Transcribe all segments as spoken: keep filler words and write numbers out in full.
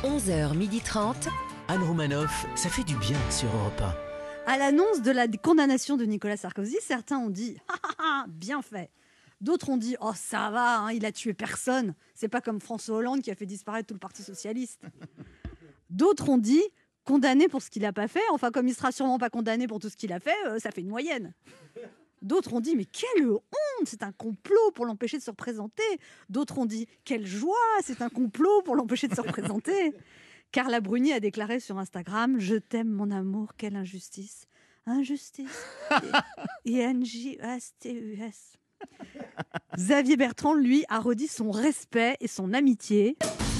onze heures trente. Anne Romanoff, ça fait du bien sur Europe un. À l'annonce de la condamnation de Nicolas Sarkozy, certains ont dit « Ah ah ah, bien fait ». D'autres ont dit « Oh, ça va, hein, il a tué personne. C'est pas comme François Hollande qui a fait disparaître tout le Parti Socialiste. » D'autres ont dit « Condamné pour ce qu'il n'a pas fait. Enfin, comme il sera sûrement pas condamné pour tout ce qu'il a fait, euh, ça fait une moyenne. » D'autres ont dit « Mais quelle honte, c'est un complot pour l'empêcher de se représenter. » D'autres ont dit « Quelle joie, c'est un complot pour l'empêcher de se représenter. » Carla Bruni a déclaré sur Instagram « Je t'aime mon amour, quelle injustice. Injustice. I N J S T U S. » Xavier Bertrand, lui, a redit son respect et son amitié.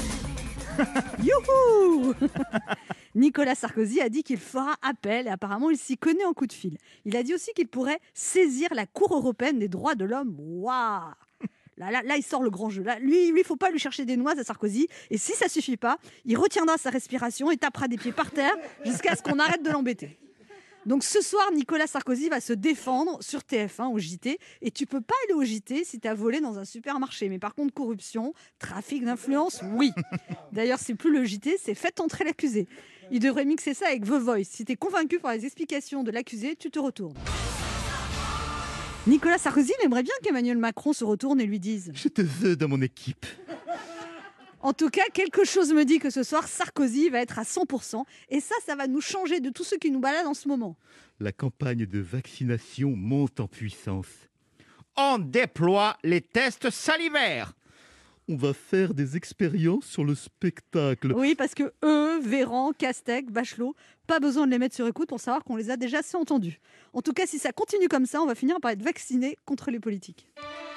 Youhou. Nicolas Sarkozy a dit qu'il fera appel et apparemment il s'y connaît en coup de fil. Il a dit aussi qu'il pourrait saisir la Cour européenne des droits de l'homme. Waouh! Là, là, là, il sort le grand jeu. Là, lui, il ne faut pas lui chercher des noises à Sarkozy. Et si ça ne suffit pas, il retiendra sa respiration et tapera des pieds par terre jusqu'à ce qu'on arrête de l'embêter. Donc ce soir, Nicolas Sarkozy va se défendre sur T F un au J T. Et tu peux pas aller au J T si tu as volé dans un supermarché. Mais par contre, corruption, trafic d'influence, oui. D'ailleurs, c'est plus le J T, c'est faites entrer l'accusé. Il devrait mixer ça avec The Voice. Si tu es convaincu par les explications de l'accusé, tu te retournes. Nicolas Sarkozy il aimerait bien qu'Emmanuel Macron se retourne et lui dise « Je te veux dans mon équipe ». En tout cas, quelque chose me dit que ce soir, Sarkozy va être à cent pour cent. Et ça, ça va nous changer de tous ceux qui nous baladent en ce moment. La campagne de vaccination monte en puissance. On déploie les tests salivaires. On va faire des expériences sur le spectacle. Oui, parce que eux, Véran, Castex, Bachelot, pas besoin de les mettre sur écoute pour savoir qu'on les a déjà assez entendus. En tout cas, si ça continue comme ça, on va finir par être vaccinés contre les politiques.